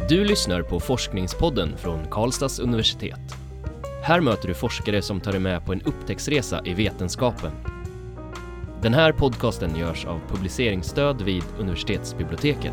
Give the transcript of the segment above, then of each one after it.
Du lyssnar på Forskningspodden från Karlstads universitet. Här möter du forskare som tar dig med på en upptäcktsresa i vetenskapen. Den här podcasten görs av publiceringsstöd vid universitetsbiblioteket.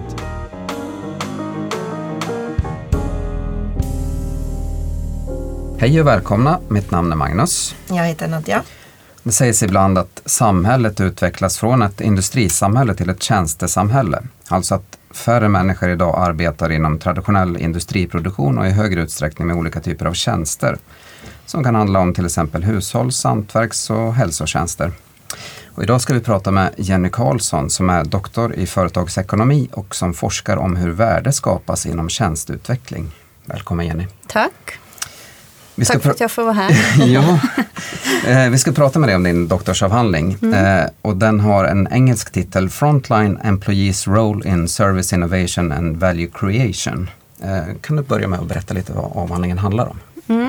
Hej och välkomna, mitt namn är Magnus. Jag heter Nadja. Det sägs ibland att samhället utvecklas från ett industrisamhälle till ett tjänstesamhälle. Alltså att färre människor idag arbetar inom traditionell industriproduktion och i högre utsträckning med olika typer av tjänster. Som kan handla om till exempel hushålls-, hantverks- och hälsotjänster. Och idag ska vi prata med Jenny Karlsson som är doktor i företagsekonomi och som forskar om hur värde skapas inom tjänsteutveckling. Välkommen Jenny. Tack. Tack för att jag får vara här. Ja, vi ska prata med dig om din doktorsavhandling och den har en engelsk titel Frontline Employees Role in Service Innovation and Value Creation. Kan du börja med att berätta lite vad avhandlingen handlar om?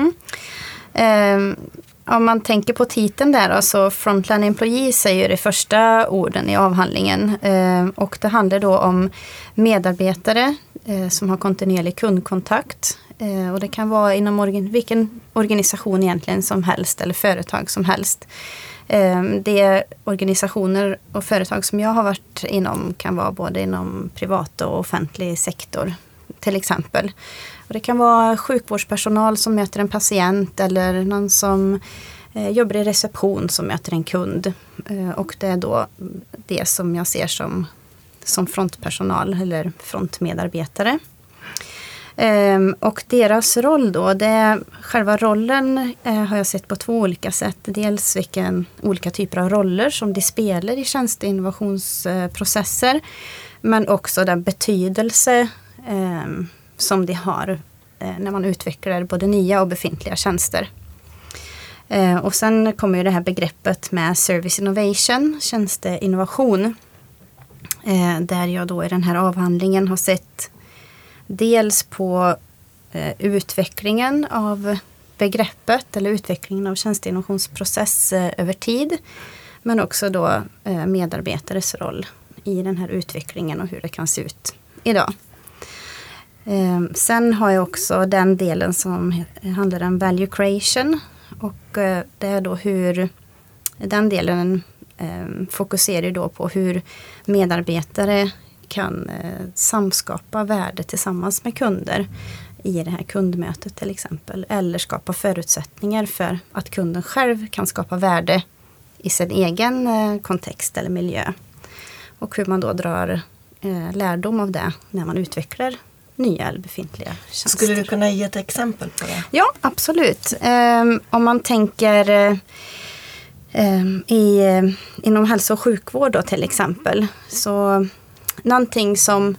Om man tänker på titeln där då, så Frontline Employees är ju det första orden i avhandlingen och det handlar då om medarbetare som har kontinuerlig kundkontakt. Och det kan vara inom vilken organisation egentligen som helst eller företag som helst. Det organisationer och företag som jag har varit inom kan vara både inom privat och offentlig sektor till exempel. Och det kan vara sjukvårdspersonal som möter en patient eller någon som jobbar i reception som möter en kund. Och det är då det som jag ser som frontpersonal eller frontmedarbetare. Och deras roll då, själva rollen har jag sett på två olika sätt. Dels vilken olika typer av roller som de spelar i tjänsteinnovationsprocesser. Men också den betydelse som de har när man utvecklar både nya och befintliga tjänster. Och sen kommer ju det här begreppet med service innovation, tjänsteinnovation. Där jag då i den här avhandlingen har sett dels på utvecklingen av begreppet eller utvecklingen av tjänsteinnovationsprocess över tid. Men också då medarbetares roll i den här utvecklingen och hur det kan se ut idag. Sen har jag också den delen som handlar om value creation. Och det är då hur den delen fokuserar då på hur medarbetare kan samskapa värde tillsammans med kunder i det här kundmötet till exempel. Eller skapa förutsättningar för att kunden själv kan skapa värde i sin egen kontext eller miljö. Och hur man då drar lärdom av det när man utvecklar nya eller befintliga tjänster. Skulle du kunna ge ett exempel på det? Ja, absolut. Om man tänker inom hälso- och sjukvård då, till exempel. Så någonting som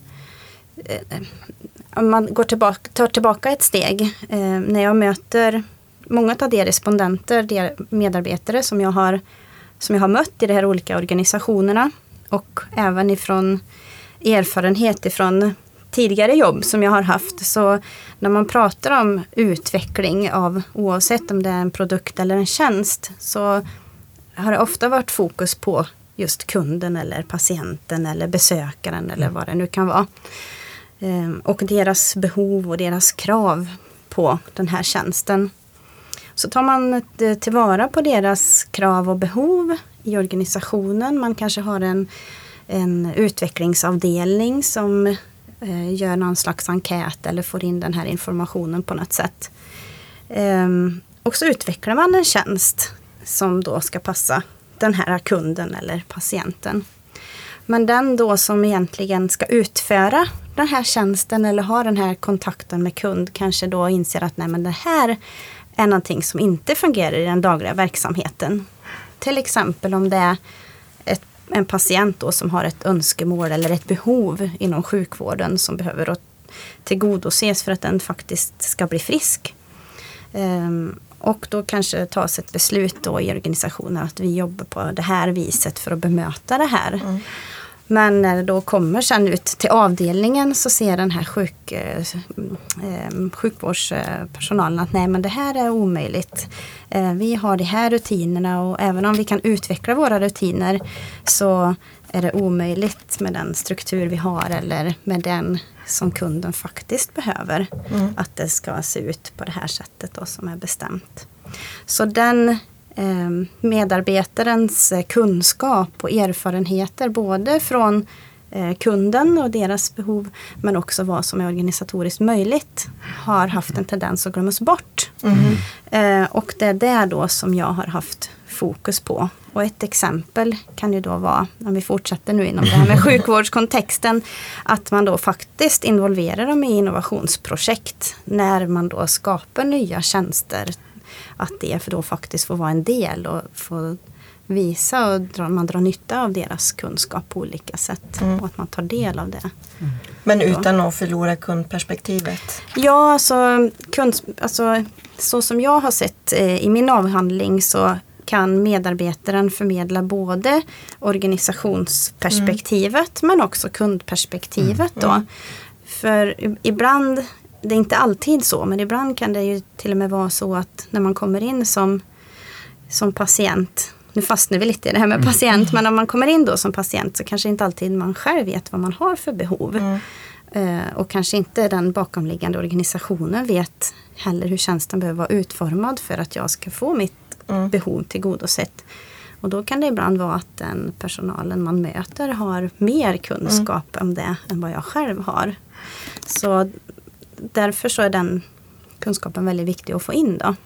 om man tar tillbaka ett steg. När jag möter många av de respondenter, de medarbetare som jag har mött i de här olika organisationerna. Och även ifrån erfarenhet ifrån tidigare jobb som jag har haft. Så när man pratar om utveckling av oavsett om det är en produkt eller en tjänst. Så har det ofta varit fokus på just kunden eller patienten eller besökaren eller vad det nu kan vara. Och deras behov och deras krav på den här tjänsten. Så tar man tillvara på deras krav och behov i organisationen. Man kanske har en utvecklingsavdelning som gör någon slags enkät eller får in den här informationen på något sätt. Och så utvecklar man en tjänst som då ska passa den här kunden eller patienten. Men den då som egentligen ska utföra den här tjänsten eller ha den här kontakten med kund kanske då inser att nej, men det här är någonting som inte fungerar i den dagliga verksamheten. Till exempel om det är en patient då som har ett önskemål eller ett behov inom sjukvården som behöver tillgodoses för att den faktiskt ska bli frisk. Och då kanske tas ett beslut då i organisationen att vi jobbar på det här viset för att bemöta det här. Men när det då kommer sen ut till avdelningen så ser den här sjukvårdspersonalen att nej, men det här är omöjligt. Vi har de här rutinerna och även om vi kan utveckla våra rutiner så är det omöjligt med den struktur vi har eller med den som kunden faktiskt behöver. Att det ska se ut på det här sättet då, som är bestämt. Så den medarbetarens kunskap och erfarenheter både från kunden och deras behov men också vad som är organisatoriskt möjligt har haft en tendens att glömmas bort. Och det är där då som jag har haft fokus på. Och ett exempel kan ju då vara, om vi fortsätter nu inom det här med sjukvårdskontexten, att man då faktiskt involverar dem i innovationsprojekt när man då skapar nya tjänster. Att det för då faktiskt får vara en del och få visa och man drar nytta av deras kunskap på olika sätt. Och att man tar del av det. Men utan att förlora kundperspektivet? Ja, alltså så som jag har sett i min avhandling så kan medarbetaren förmedla både organisationsperspektivet men också kundperspektivet då. För ibland, det är inte alltid så, men ibland kan det ju till och med vara så att när man kommer in som patient, nu fastnar vi lite i det här med patient, men om man kommer in då som patient så kanske inte alltid man själv vet vad man har för behov. Och kanske inte den bakomliggande organisationen vet heller hur tjänsten behöver vara utformad för att jag ska få mitt behov tillgodosett. Och då kan det ibland vara att den personalen man möter har mer kunskap om det än vad jag själv har. Så därför så är den kunskapen väldigt viktig att få in då.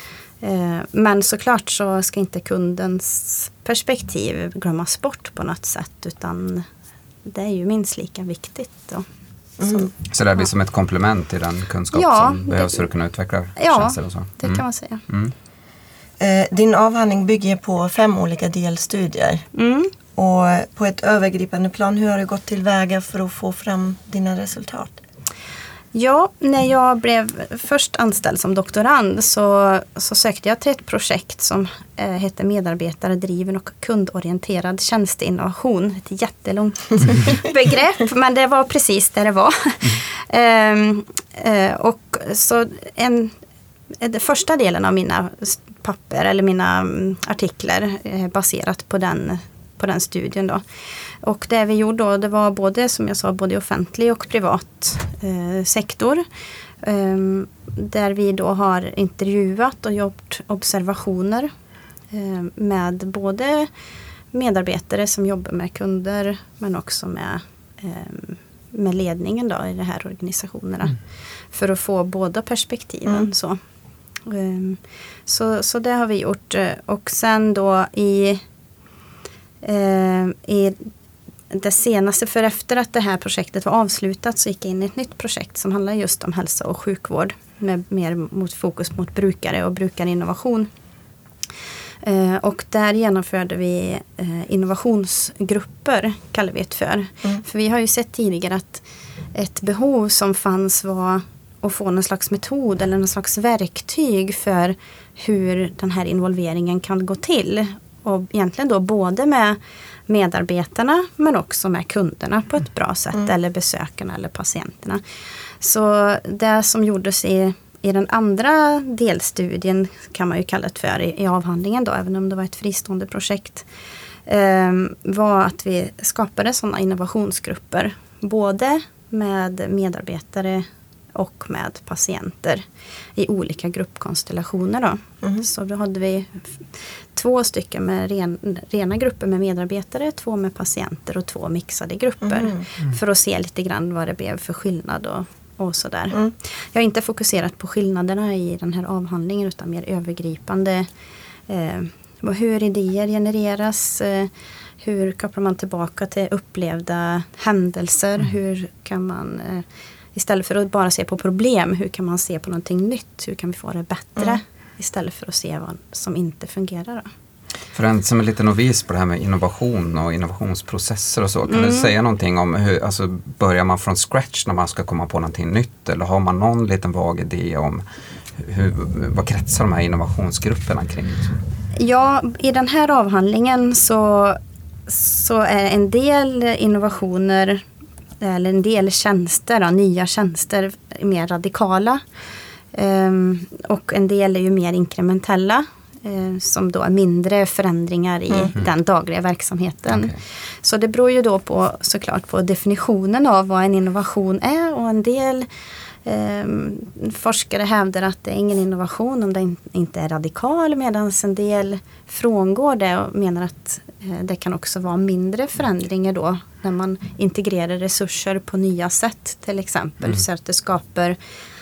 Men såklart så ska inte kundens perspektiv glömmas bort på något sätt, utan det är ju minst lika viktigt då. Så det blir som ett komplement till den kunskap som behövs för att kunna utveckla tjänster och så? Det kan man säga. Din avhandling bygger på 5 olika delstudier. Och på ett övergripande plan, hur har det gått tillväga för att få fram dina resultat? Ja, när jag blev först anställd som doktorand så sökte jag till ett projekt som hette medarbetardriven och kundorienterad tjänsteinnovation. Ett jättelångt begrepp, men det var precis det var. Och så den första delen av mina papper eller mina artiklar är baserat på den studien då. Och det vi gjorde då, det var både, som jag sa, både offentlig och privat sektor. Där vi då har intervjuat och gjort observationer med både medarbetare som jobbar med kunder men också med ledningen då i de här organisationerna. För att få båda perspektiven så det har vi gjort. Och sen då i det senaste, för efter att det här projektet var avslutat så gick jag in i ett nytt projekt som handlar just om hälsa och sjukvård med mer fokus mot brukare och brukarinnovation. Och där genomförde vi innovationsgrupper, kallar vi det för. För vi har ju sett tidigare att ett behov som fanns var att få någon slags metod eller någon slags verktyg för hur den här involveringen kan gå till. Och egentligen då både med medarbetarna men också med kunderna på ett bra sätt eller besökarna eller patienterna. Så det som gjordes i den andra delstudien kan man ju kalla det för i avhandlingen då, även om det var ett fristående projekt, var att vi skapade sådana innovationsgrupper både med medarbetare och med patienter i olika gruppkonstellationer då. Så då hade vi 2 stycken med rena grupper med medarbetare, 2 med patienter och 2 mixade grupper. För att se lite grann vad det blev för skillnad och sådär. Jag har inte fokuserat på skillnaderna i den här avhandlingen utan mer övergripande. Hur idéer genereras, hur kopplar man tillbaka till upplevda händelser, hur kan man istället för att bara se på problem, hur kan man se på någonting nytt? Hur kan vi få det bättre? Istället för att se vad som inte fungerar då. För en som är lite novis på det här med innovation och innovationsprocesser och så, kan du säga någonting om hur, alltså börjar man från scratch när man ska komma på någonting nytt, eller har man någon liten vag idé om vad kretsar de här innovationsgrupperna kring? Ja, i den här avhandlingen så så är en del innovationer eller en del tjänster, då, nya tjänster, mer radikala. Och en del är ju mer inkrementella, som då är mindre förändringar i den dagliga verksamheten. Okay. Så det beror ju då på, såklart, på definitionen av vad en innovation är, och en del forskare hävdar att det är ingen innovation om det inte är radikal, medan en del frångår det och menar att det kan också vara mindre förändringar då när man integrerar resurser på nya sätt, till exempel, så att det skapar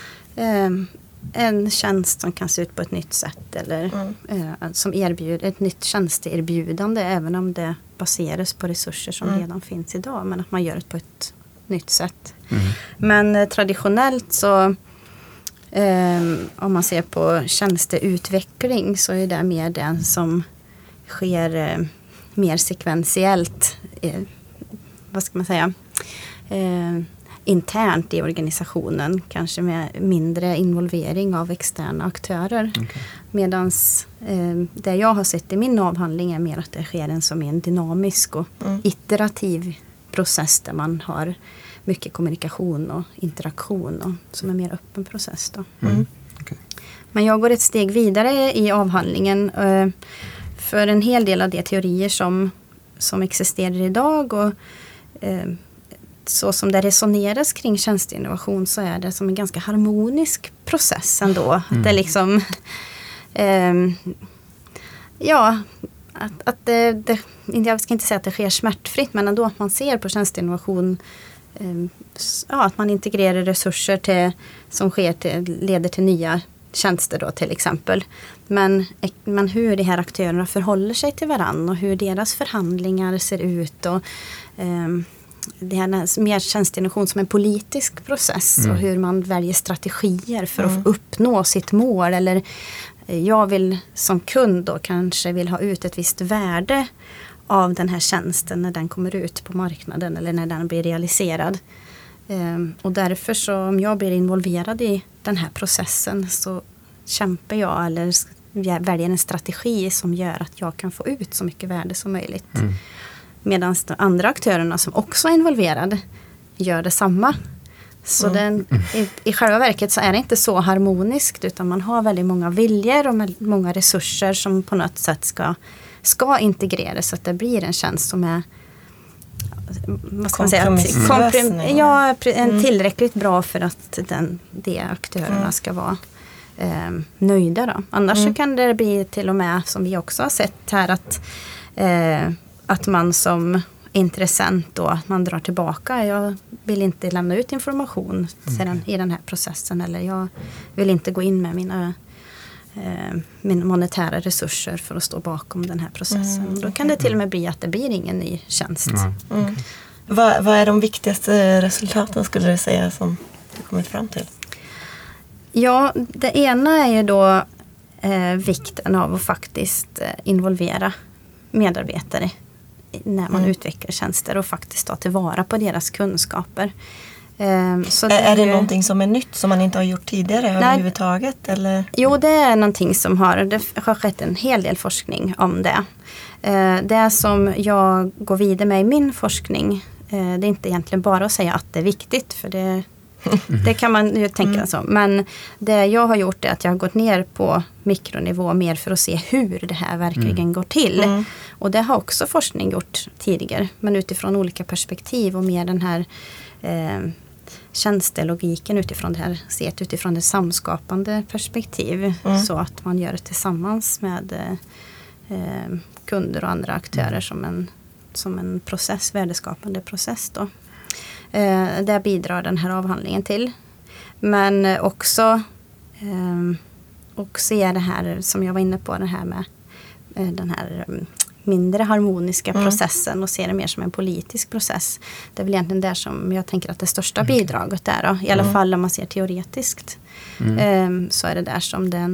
en tjänst som kan se ut på ett nytt sätt, eller som erbjuder ett nytt tjänsteerbjudande, även om det baseras på resurser som redan finns idag, men att man gör det på ett nytt sätt. Men traditionellt så om man ser på tjänsteutveckling, så är det mer den som sker mer sekventiellt, vad ska man säga, internt i organisationen, kanske med mindre involvering av externa aktörer. Okay. Medans det jag har sett i min avhandling är mer att det sker en dynamisk och iterativ process där man har mycket kommunikation och interaktion, och som är mer öppen process då. Okay. Men jag går ett steg vidare i avhandlingen, för en hel del av de teorier som existerar idag, och så som det resoneras kring tjänsteinnovation, så är det som en ganska harmonisk process ändå. Att det liksom jag ska inte säga att det sker smärtfritt, men ändå att man ser på tjänsteinnovation, att man integrerar resurser som leder till nya tjänster då, till exempel. Men hur de här aktörerna förhåller sig till varann och hur deras förhandlingar ser ut, och det här mer tjänsteinnovation som en politisk process, och hur man väljer strategier för att uppnå sitt mål, eller jag vill som kund då kanske vill ha ut ett visst värde av den här tjänsten när den kommer ut på marknaden eller när den blir realiserad. Och därför så, om jag blir involverad i den här processen, så kämpar jag eller väljer en strategi som gör att jag kan få ut så mycket värde som möjligt. Medan de andra aktörerna som också är involverade gör detsamma. Så i själva verket så är det inte så harmoniskt, utan man har väldigt många viljor och många resurser som på något sätt ska integreras, så att det blir en tjänst som är, vad ska man säga, tillräckligt bra för att de aktörerna ska vara nöjda då. Annars så kan det bli till och med, som vi också har sett här, att man som intressent då, att man drar tillbaka. Jag vill inte lämna ut information i den här processen, eller jag vill inte gå in med mina monetära resurser för att stå bakom den här processen. Då kan det till och med bli att det blir ingen ny tjänst. Vad är de viktigaste resultaten, skulle du säga, som du kommit fram till? Ja, det ena är ju då vikten av att faktiskt involvera medarbetare när man utvecklar tjänster, och faktiskt ta tillvara på deras kunskaper. Så är det någonting som är nytt som man inte har gjort tidigare överhuvudtaget? Eller? Jo, det är någonting det har skett en hel del forskning om det. Det som jag går vidare med i min forskning, det är inte egentligen bara att säga att det är viktigt, för det kan man ju tänka så. Men det jag har gjort är att jag har gått ner på mikronivå mer för att se hur det här verkligen går till. Och det har också forskning gjort tidigare, men utifrån olika perspektiv, och mer den här tjänstelogiken utifrån det samskapande perspektiv, så att man gör det tillsammans med kunder och andra aktörer som en process, värdeskapande process då. Där bidrar den här avhandlingen till. Men också och se det här som jag var inne på, det här med den här mindre harmoniska processen, och se det mer som en politisk process. Det är väl egentligen där som jag tänker att det största bidraget är då. I alla fall om man ser teoretiskt. Så är det där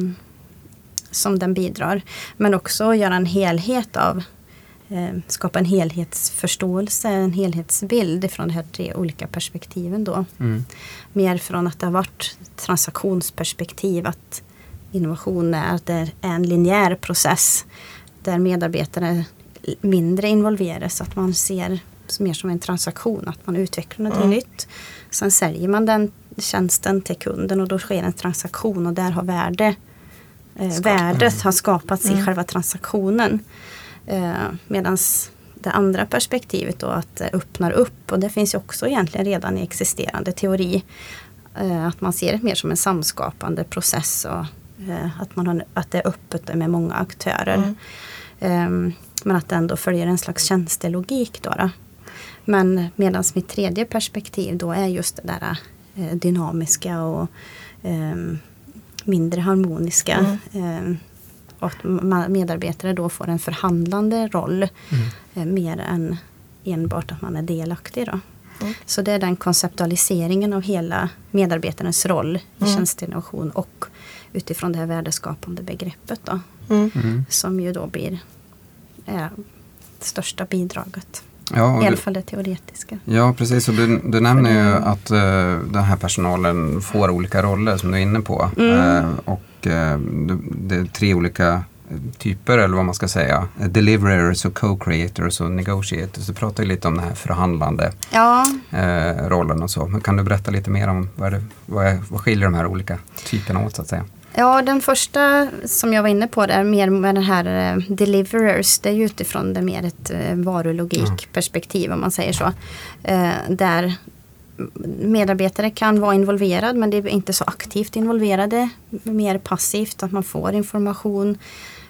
som den bidrar. Men också göra en helhet av, skapa en helhetsförståelse, en helhetsbild från de här 3 olika perspektiven då. Mer från att det har varit transaktionsperspektiv, att innovation är en linjär process där medarbetare mindre involverade, så att man ser mer som en transaktion, att man utvecklar något nytt. Sen säljer man den tjänsten till kunden och då sker en transaktion och där har värdet har skapats i själva transaktionen. Medan det andra perspektivet då, att det öppnar upp, och det finns ju också egentligen redan i existerande teori, att man ser det mer som en samskapande process och att det är öppet med många aktörer. Men att det ändå följer en slags tjänstelogik då. Men medan mitt tredje perspektiv då är just det där dynamiska och mindre harmoniska. Och att medarbetare då får en förhandlande roll mer än enbart att man är delaktig då. Så det är den konceptualiseringen av hela medarbetarens roll i tjänsteinnovation och utifrån det här värdeskapande begreppet då. Som ju då blir det största bidraget. Ja, i alla fall det teoretiska. Ja, precis. Och du nämner ju att den här personalen får olika roller som du är inne på. Och det är 3 olika typer, eller vad man ska säga. Deliverers och co-creators och negotiators. Du pratar ju lite om den här förhandlande rollen och så. Men kan du berätta lite mer om vad skiljer de här olika typerna åt, så att säga? Ja, den första som jag var inne på där, mer med den här deliverers, det är ju utifrån det mer ett varulogikperspektiv, om man säger så. Där medarbetare kan vara involverad, men det är inte så aktivt involverade, mer passivt, att man får information.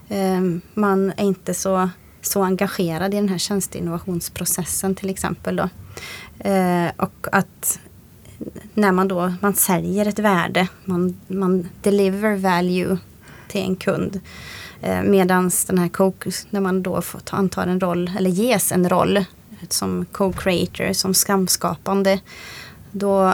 Man är inte så engagerad i den här tjänsteinnovationsprocessen till exempel då. Och att när man säljer ett värde, man deliver value till en kund. Medans den här när man då får antar en roll, eller ges en roll som co-creator, som skamskapande, då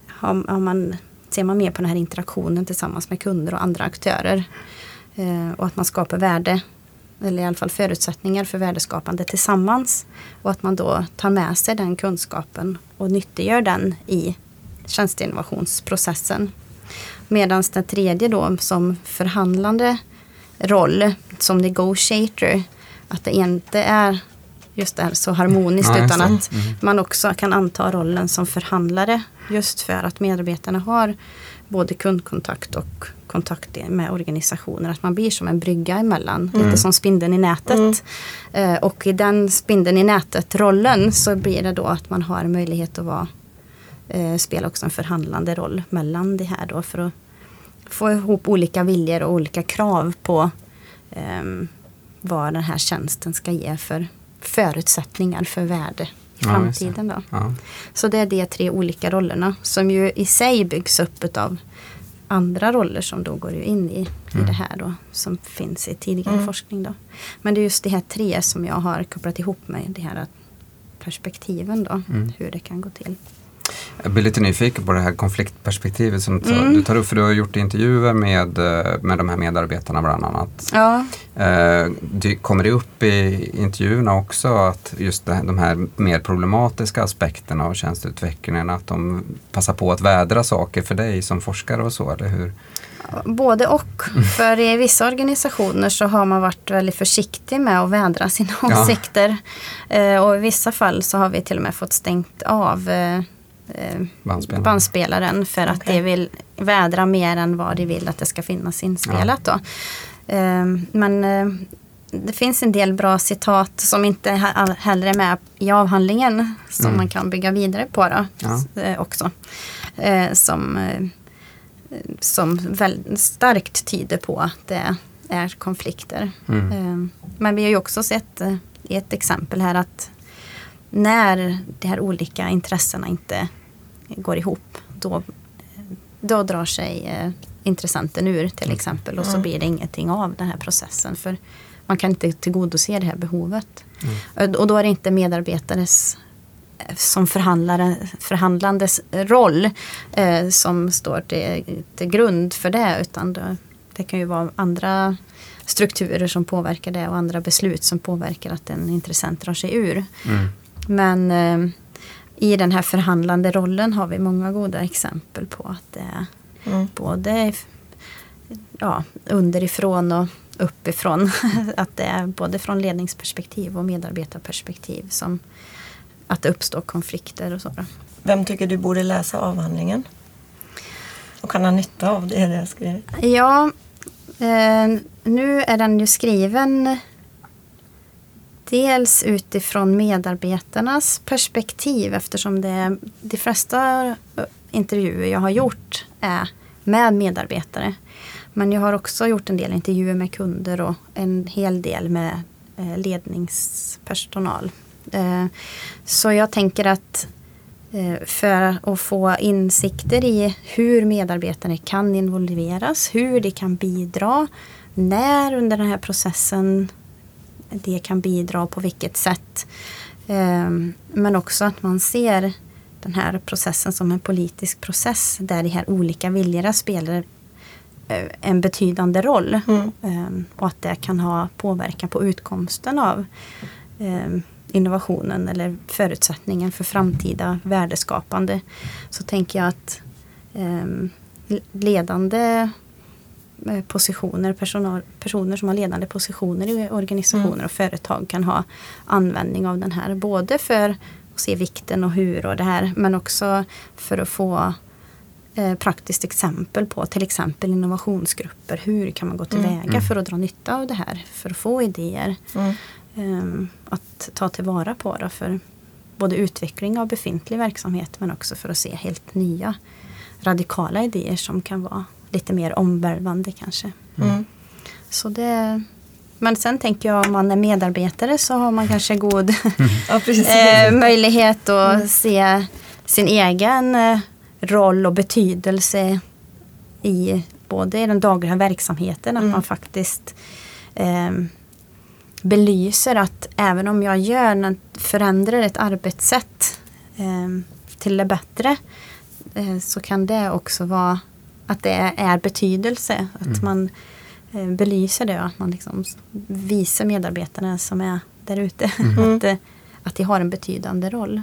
ser man mer på den här interaktionen tillsammans med kunder och andra aktörer. Och att man skapar värde, eller i alla fall förutsättningar för värdeskapande tillsammans. Och att man då tar med sig den kunskapen och nyttiggör den i tjänsteinnovationsprocessen. Medan den tredje då, som förhandlande roll, som negotiator, att det inte är just det här så harmoniskt, utan att man också kan anta rollen som förhandlare, just för att medarbetarna har både kundkontakt och kontakt med organisationer, att man blir som en brygga emellan, lite som spindeln i nätet. Och i den spindeln i nätet-rollen så blir det då att man har möjlighet att spela också en förhandlande roll mellan det här då, för att få ihop olika viljor och olika krav på vad den här tjänsten ska ge för förutsättningar för värde i framtiden då. Ja. Så det är de 3 olika rollerna som ju i sig byggs upp av andra roller som då går ju in i det här då, som finns i tidigare forskning då. Men det är just de här 3 som jag har kopplat ihop med de här perspektiven då, hur det kan gå till. Jag blir lite nyfiken på det här konfliktperspektivet som du tar upp, för du har gjort intervjuer med de här medarbetarna bland annat. Ja. Kommer det upp i intervjuerna också att just de här mer problematiska aspekterna av tjänsteutvecklingen, att de passar på att vädra saker för dig som forskare och så, eller hur? Både och. För i vissa organisationer så har man varit väldigt försiktig med att vädra sina åsikter. Och i vissa fall så har vi till och med fått stängt av bandspelaren för att det vill vädra mer än vad de vill att det ska finnas inspelat då. Men det finns en del bra citat som inte heller är med i avhandlingen, som man kan bygga vidare på då, också. Som väldigt starkt tyder på att det är konflikter. Men vi har ju också sett i ett exempel här att när de här olika intressena inte går ihop, då drar sig intressenten ur till exempel, och så blir det ingenting av den här processen, för man kan inte tillgodose det här behovet. Och då är det inte medarbetares som förhandlandes roll som står till grund för det, utan det kan ju vara andra strukturer som påverkar det och andra beslut som påverkar att en intressent drar sig ur. Men i den här förhandlande rollen har vi många goda exempel på att det är både underifrån och uppifrån. Att det är både från ledningsperspektiv och medarbetarperspektiv som att det uppstår konflikter och så. Vem tycker du borde läsa avhandlingen? Och kan ha nytta av det jag skriver? Ja, nu är den ju skriven dels utifrån medarbetarnas perspektiv, eftersom de flesta intervjuer jag har gjort är med medarbetare. Men jag har också gjort en del intervjuer med kunder och en hel del med ledningspersonal. Så jag tänker att för att få insikter i hur medarbetare kan involveras, hur de kan bidra, när under den här processen det kan bidra, på vilket sätt. Men också att man ser den här processen som en politisk process där de här olika viljorna spelar en betydande roll. Och att det kan ha påverkan på utkomsten av innovationen eller förutsättningen för framtida värdeskapande. Så tänker jag att ledande positioner, personer som har ledande positioner i organisationer och företag kan ha användning av den här. Både för att se vikten och hur och det här, men också för att få praktiskt exempel på till exempel innovationsgrupper. Hur kan man gå tillväga för att dra nytta av det här? För att få idéer. Att ta tillvara på det för både utveckling av befintlig verksamhet men också för att se helt nya radikala idéer som kan vara lite mer omvälvande kanske. Så det, men sen tänker jag om man är medarbetare så har man kanske god möjlighet att se sin egen roll och betydelse i både i den dagliga verksamheten, att man faktiskt belyser att även om jag förändrar ett arbetssätt till det bättre, så kan det också vara att det är betydelse, att man belyser det och att man liksom visar medarbetarna som är där ute att de har en betydande roll.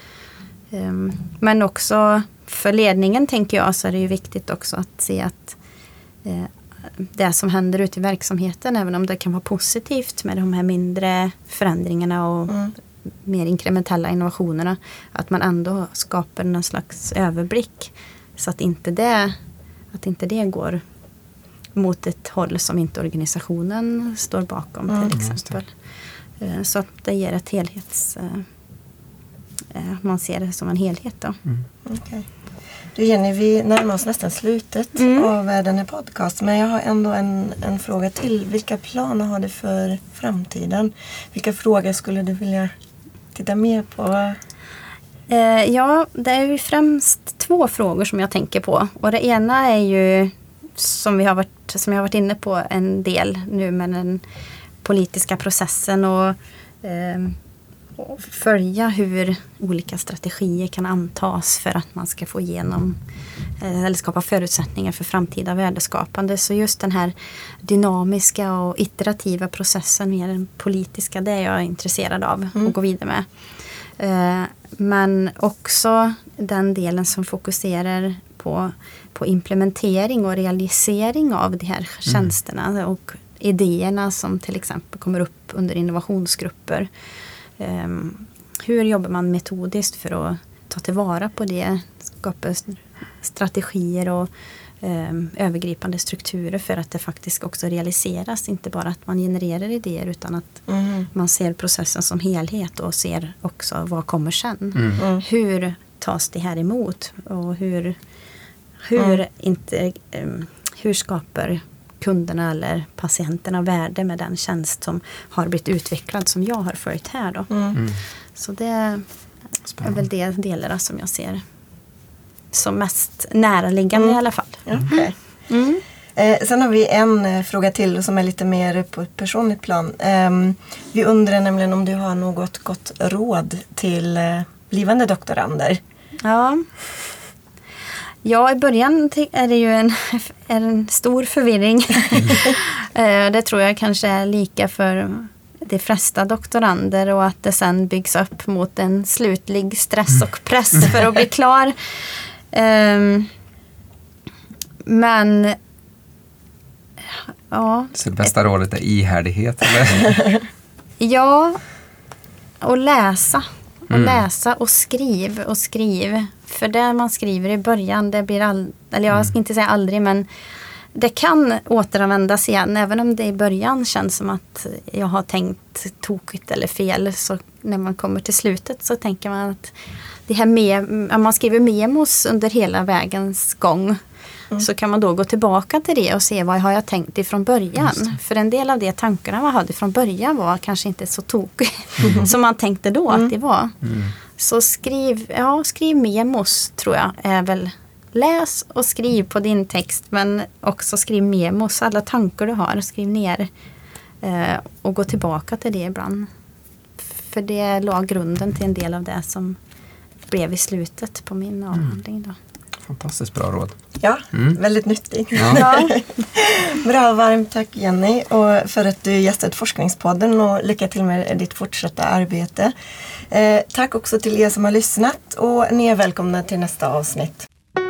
Men också för ledningen tänker jag så är det ju viktigt också att se att det som händer ute i verksamheten, även om det kan vara positivt med de här mindre förändringarna och mer inkrementella innovationerna, att man ändå skapar någon slags överblick så att inte det går mot ett håll som inte organisationen står bakom till exempel. Så att det ger ett man ser det som en helhet då. Okay. Du Jenny, vi närmar oss nästan slutet av den här podcasten, men jag har ändå en fråga till. Vilka planer har du för framtiden? Vilka frågor skulle du vilja titta mer på? Ja, det är ju främst 2 frågor som jag tänker på. Och det ena är ju som jag har varit inne på en del nu med den politiska processen och följa hur olika strategier kan antas för att man ska få igenom eller skapa förutsättningar för framtida värdeskapande. Så just den här dynamiska och iterativa processen med den politiska, det är jag intresserad av att gå vidare med. Men också den delen som fokuserar på implementering och realisering av de här tjänsterna och idéerna som till exempel kommer upp under innovationsgrupper. Hur jobbar man metodiskt för att ta tillvara på det, skapa strategier och övergripande strukturer för att det faktiskt också realiseras, inte bara att man genererar idéer utan att man ser processen som helhet och ser också vad kommer sen. Hur tas det här emot och hur skapar kunderna eller patienterna värde med den tjänst som har blivit utvecklad som jag har följt här då. Så det är väl det delarna som jag ser som mest näraliggande i alla fall. Okay. Sen har vi en fråga till som är lite mer på ett personligt plan. Vi undrar nämligen om du har något gott råd till blivande doktorander. Ja, i början är det ju en stor förvirring. Det tror jag kanske är lika för de flesta doktorander och att det sen byggs upp mot en slutlig stress och press för att bli klar. Men Ja. Så det bästa rådet är ihärdighet, eller? Ja, och läsa. Och läsa och skriv och skriv. För det man skriver i början, det blir eller jag ska inte säga aldrig, men det kan återanvändas igen. Även om det i början känns som att jag har tänkt tokigt eller fel, så när man kommer till slutet så tänker man att det här man skriver memos under hela vägens gång. Så kan man då gå tillbaka till det och se vad har jag tänkt ifrån början. För en del av de tankarna man hade från början var kanske inte så tokigt som man tänkte då att det var. Så skriv memos, tror jag är väl. Läs och skriv på din text, men också skriv memos, alla tankar du har, skriv ner och gå tillbaka till det ibland. För det la grunden till en del av det som blev i slutet på min avhandling då. Fantastiskt bra råd. Ja, väldigt nyttigt. Ja. Bra, varmt tack Jenny och för att du gästat Forskningspodden, och lycka till med ditt fortsatta arbete. Tack också till er som har lyssnat, och ni är välkomna till nästa avsnitt.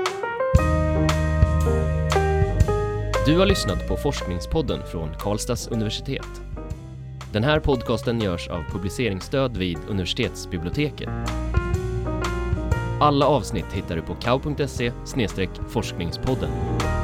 Du har lyssnat på Forskningspodden från Karlstads universitet. Den här podcasten görs av publiceringsstöd vid universitetsbiblioteket. Alla avsnitt hittar du på kau.se/forskningspodden.